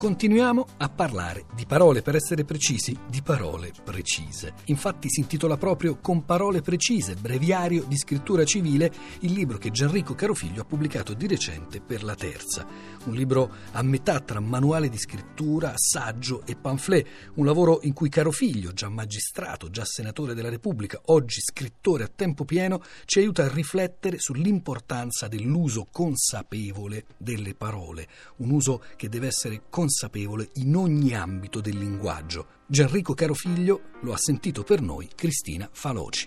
Continuiamo a parlare di parole, per essere precisi, di parole precise. Infatti si intitola proprio Con parole precise, breviario di scrittura civile, il libro che Gianrico Carofiglio ha pubblicato di recente per La Terza. Un libro a metà tra manuale di scrittura, saggio e pamphlet, un lavoro in cui Carofiglio, già magistrato, già senatore della Repubblica, oggi scrittore a tempo pieno, ci aiuta a riflettere sull'importanza dell'uso consapevole delle parole, un uso che deve essere consapevole in ogni ambito del linguaggio. Gianrico Carofiglio lo ha sentito per noi Cristina Faloci.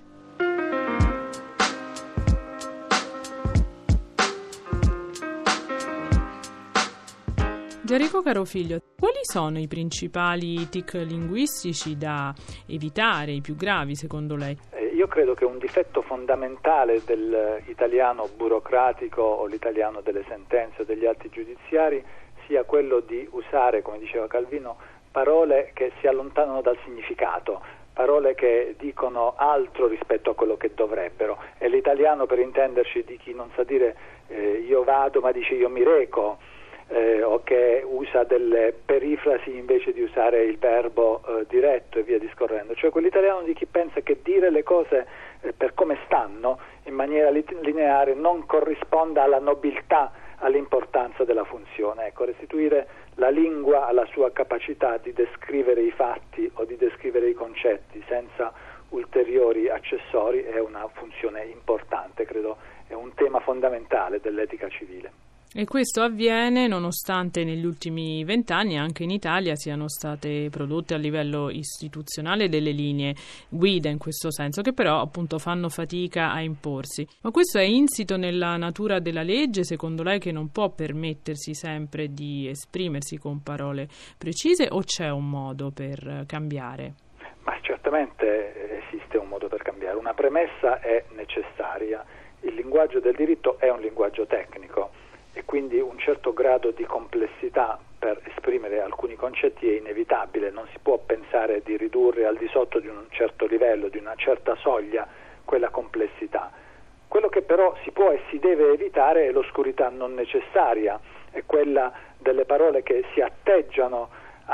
Gianrico Carofiglio, quali sono i principali tic linguistici da evitare, i più gravi secondo lei? Io credo che un difetto fondamentale dell'italiano burocratico o l'italiano delle sentenze o degli atti giudiziari sia quello di usare, come diceva Calvino, parole che si allontanano dal significato, parole che dicono altro rispetto a quello che dovrebbero. E l'italiano, per intenderci, di chi non sa dire io vado ma dice io mi reco, o che usa delle perifrasi invece di usare il verbo diretto e via discorrendo, cioè quell'italiano di chi pensa che dire le cose per come stanno in maniera lineare non corrisponda alla nobiltà, all'importanza della funzione. Ecco, restituire la lingua alla sua capacità di descrivere i fatti o di descrivere i concetti senza ulteriori accessori è una funzione importante, credo è un tema fondamentale dell'etica civile. E questo avviene nonostante negli ultimi 20 anni anche in Italia siano state prodotte a livello istituzionale delle linee guida in questo senso, che però appunto fanno fatica a imporsi. Ma questo è insito nella natura della legge, secondo lei, che non può permettersi sempre di esprimersi con parole precise, o c'è un modo per cambiare? Ma certamente esiste un modo per cambiare. Una premessa è necessaria. Il linguaggio del diritto è un linguaggio tecnico e quindi un certo grado di complessità per esprimere alcuni concetti è inevitabile. Non si può pensare di ridurre al di sotto di un certo livello, di una certa soglia, quella complessità. Quello che però si può e si deve evitare è l'oscurità non necessaria, è quella delle parole che si atteggiano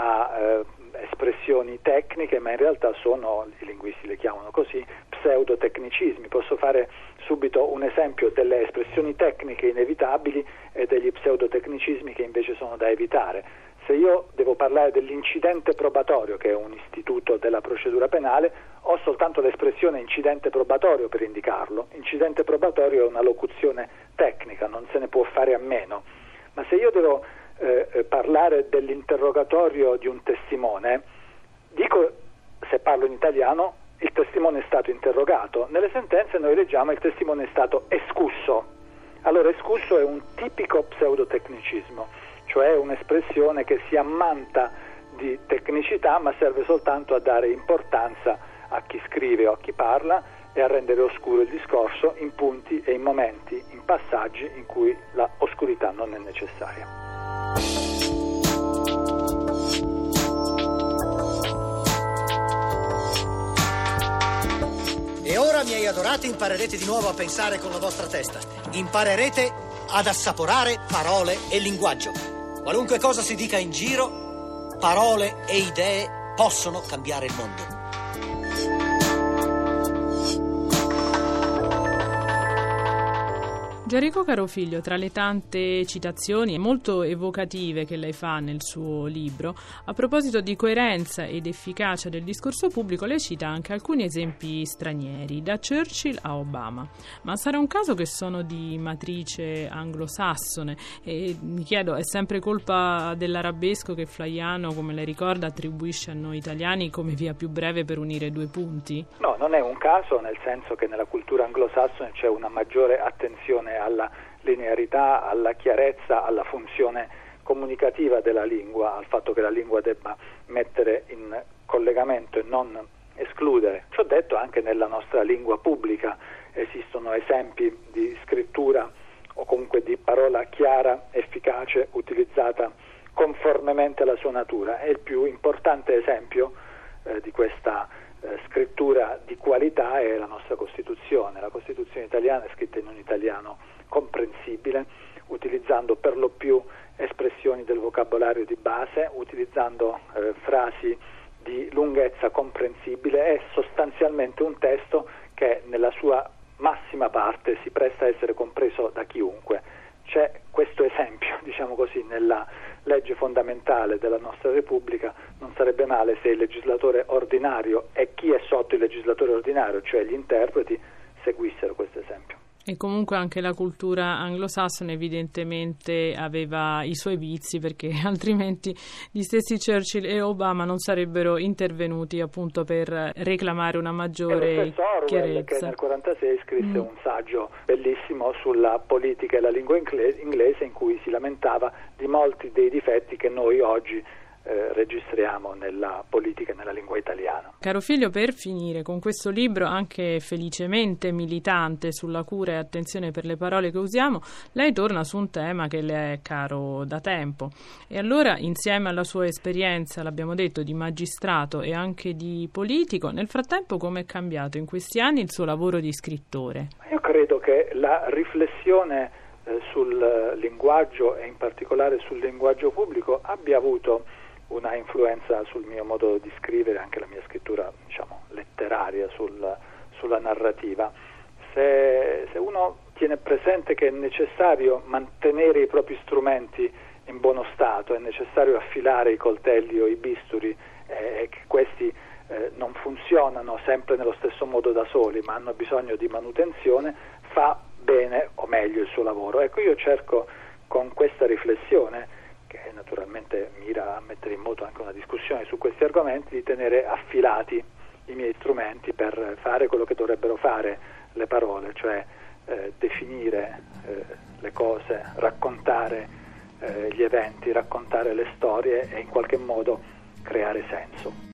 a espressioni tecniche, ma in realtà sono, i linguisti le chiamano così, pseudotecnicismi. Posso fare subito un esempio delle espressioni tecniche inevitabili e degli pseudotecnicismi che invece sono da evitare. Se io devo parlare dell'incidente probatorio, che è un istituto della procedura penale, ho soltanto l'espressione incidente probatorio per indicarlo. Incidente probatorio è una locuzione tecnica, non se ne può fare a meno. Ma se io devo parlare dell'interrogatorio di un testimone, dico, se parlo in italiano, il testimone è stato interrogato. Nelle sentenze noi leggiamo il testimone è stato escusso. Allora escusso è un tipico pseudotecnicismo, cioè un'espressione che si ammanta di tecnicità ma serve soltanto a dare importanza a chi scrive o a chi parla e a rendere oscuro il discorso in punti e in momenti, in passaggi in cui la oscurità non è necessaria. E ora, miei adorati, imparerete di nuovo a pensare con la vostra testa. Imparerete ad assaporare parole e linguaggio. Qualunque cosa si dica in giro, parole e idee possono cambiare il mondo. Gianrico Carofiglio, tra le tante citazioni molto evocative che lei fa nel suo libro, a proposito di coerenza ed efficacia del discorso pubblico, lei cita anche alcuni esempi stranieri, da Churchill a Obama. Ma sarà un caso che sono di matrice anglosassone? E mi chiedo, è sempre colpa dell'arabesco che Flaiano, come lei ricorda, attribuisce a noi italiani come via più breve per unire due punti? No, non è un caso, nel senso che nella cultura anglosassone c'è una maggiore attenzione alla linearità, alla chiarezza, alla funzione comunicativa della lingua, al fatto che la lingua debba mettere in collegamento e non escludere. Ciò detto, anche nella nostra lingua pubblica esistono esempi di scrittura o comunque di parola chiara, efficace, utilizzata conformemente alla sua natura. E il più importante esempio di questa scrittura di qualità è la nostra Costituzione. La Costituzione italiana è scritta in un italiano comprensibile, utilizzando per lo più espressioni del vocabolario di base, utilizzando frasi di lunghezza comprensibile. È sostanzialmente un testo che nella sua massima parte si presta a essere compreso da chiunque. C'è questo esempio, diciamo così, nella legge fondamentale della nostra Repubblica. Non sarebbe male se il legislatore ordinario e chi è sotto il legislatore ordinario, cioè gli interpreti, seguissero questo esempio. E comunque anche la cultura anglosassone evidentemente aveva i suoi vizi, perché altrimenti gli stessi Churchill e Obama non sarebbero intervenuti appunto per reclamare una maggiore chiarezza. Che nel 1946 scrisse un saggio bellissimo sulla politica e la lingua inglese, in cui si lamentava di molti dei difetti che noi oggi registriamo nella politica e nella lingua italiana. Caro Figlio, per finire, con questo libro anche felicemente militante sulla cura e attenzione per le parole che usiamo, lei torna su un tema che le è caro da tempo. E allora, insieme alla sua esperienza, l'abbiamo detto, di magistrato e anche di politico, nel frattempo come è cambiato in questi anni il suo lavoro di scrittore? Io credo che la riflessione sul linguaggio e in particolare sul linguaggio pubblico abbia avuto una influenza sul mio modo di scrivere, anche la mia scrittura, diciamo, letteraria, sulla narrativa. Se uno tiene presente che è necessario mantenere i propri strumenti in buono stato, è necessario affilare i coltelli o i bisturi, e che questi non funzionano sempre nello stesso modo da soli, ma hanno bisogno di manutenzione, fa bene o meglio il suo lavoro. Ecco, io cerco con questa riflessione, che naturalmente mira a mettere in moto anche una discussione su questi argomenti, di tenere affilati i miei strumenti per fare quello che dovrebbero fare le parole, cioè definire le cose, raccontare gli eventi, raccontare le storie e in qualche modo creare senso.